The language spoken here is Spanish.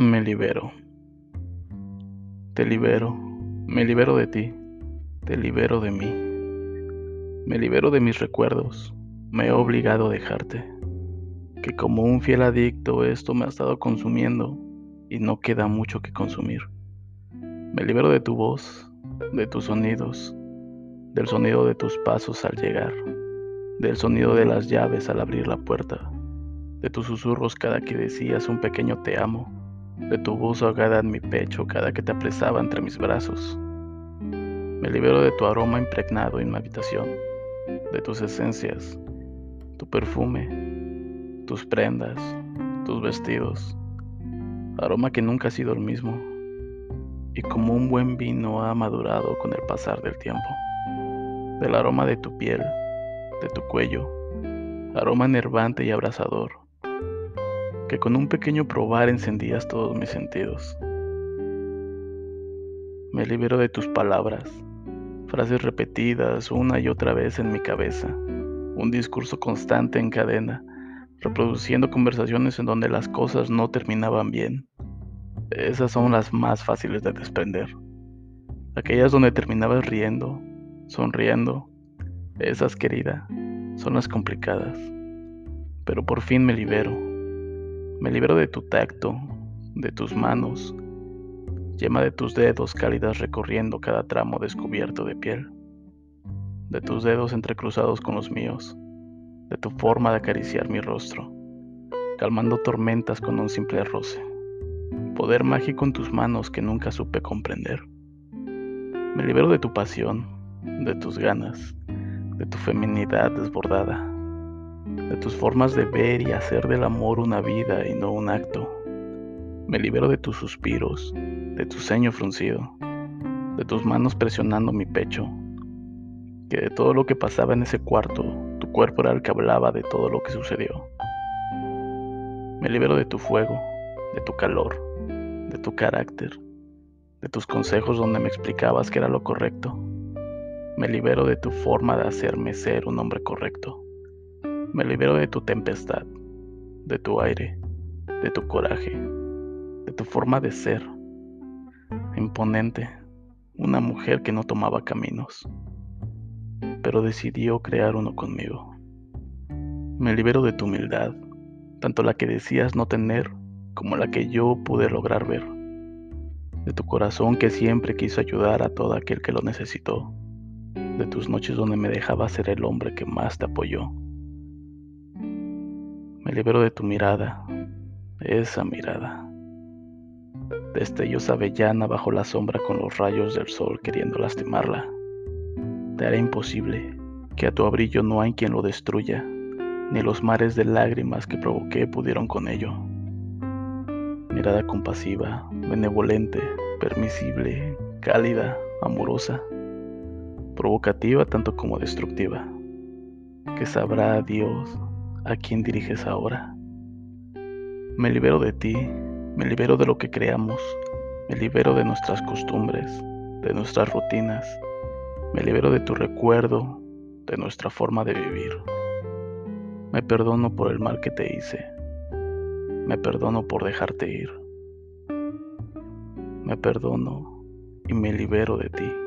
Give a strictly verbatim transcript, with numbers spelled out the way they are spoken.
Me libero, te libero, me libero de ti, te libero de mí, me libero de mis recuerdos, me he obligado a dejarte, que como un fiel adicto esto me ha estado consumiendo y no queda mucho que consumir. Me libero de tu voz, de tus sonidos, del sonido de tus pasos al llegar, del sonido de las llaves al abrir la puerta, de tus susurros cada que decías un pequeño te amo, de tu voz ahogada en mi pecho cada que te apresaba entre mis brazos. Me libero de tu aroma impregnado en mi habitación, de tus esencias, tu perfume, tus prendas, tus vestidos, aroma que nunca ha sido el mismo y como un buen vino ha madurado con el pasar del tiempo. Del aroma de tu piel, de tu cuello, aroma enervante y abrasador, que con un pequeño probar encendías todos mis sentidos. Me libero de tus palabras, frases repetidas una y otra vez en mi cabeza, un discurso constante en cadena, reproduciendo conversaciones en donde las cosas no terminaban bien. Esas son las más fáciles de desprender. Aquellas donde terminabas riendo, sonriendo, esas, querida, son las complicadas. Pero por fin me libero. Me libero de tu tacto, de tus manos, yema de tus dedos cálidas recorriendo cada tramo descubierto de piel, de tus dedos entrecruzados con los míos, de tu forma de acariciar mi rostro, calmando tormentas con un simple roce. Poder mágico en tus manos que nunca supe comprender. Me libero de tu pasión, de tus ganas, de tu feminidad desbordada, de tus formas de ver y hacer del amor una vida y no un acto. Me libero de tus suspiros, de tu ceño fruncido, de tus manos presionando mi pecho, que de todo lo que pasaba en ese cuarto, tu cuerpo era el que hablaba de todo lo que sucedió. Me libero de tu fuego, de tu calor, de tu carácter, de tus consejos donde me explicabas que era lo correcto. Me libero de tu forma de hacerme ser un hombre correcto. Me libero de tu tempestad, de tu aire, de tu coraje, de tu forma de ser, imponente, una mujer que no tomaba caminos, pero decidió crear uno conmigo. Me libero de tu humildad, tanto la que decías no tener como la que yo pude lograr ver, de tu corazón que siempre quiso ayudar a todo aquel que lo necesitó, de tus noches donde me dejaba ser el hombre que más te apoyó. Me libero de tu mirada, esa mirada, destellos avellana bajo la sombra con los rayos del sol queriendo lastimarla. Te haré imposible, que a tu brillo no hay quien lo destruya, ni los mares de lágrimas que provoqué pudieron con ello. Mirada compasiva, benevolente, permisible, cálida, amorosa, provocativa tanto como destructiva, que sabrá Dios a quién diriges ahora. Me libero de ti, me libero de lo que creamos, me libero de nuestras costumbres, de nuestras rutinas, me libero de tu recuerdo, de nuestra forma de vivir. Me perdono por el mal que te hice, me perdono por dejarte ir, me perdono y me libero de ti.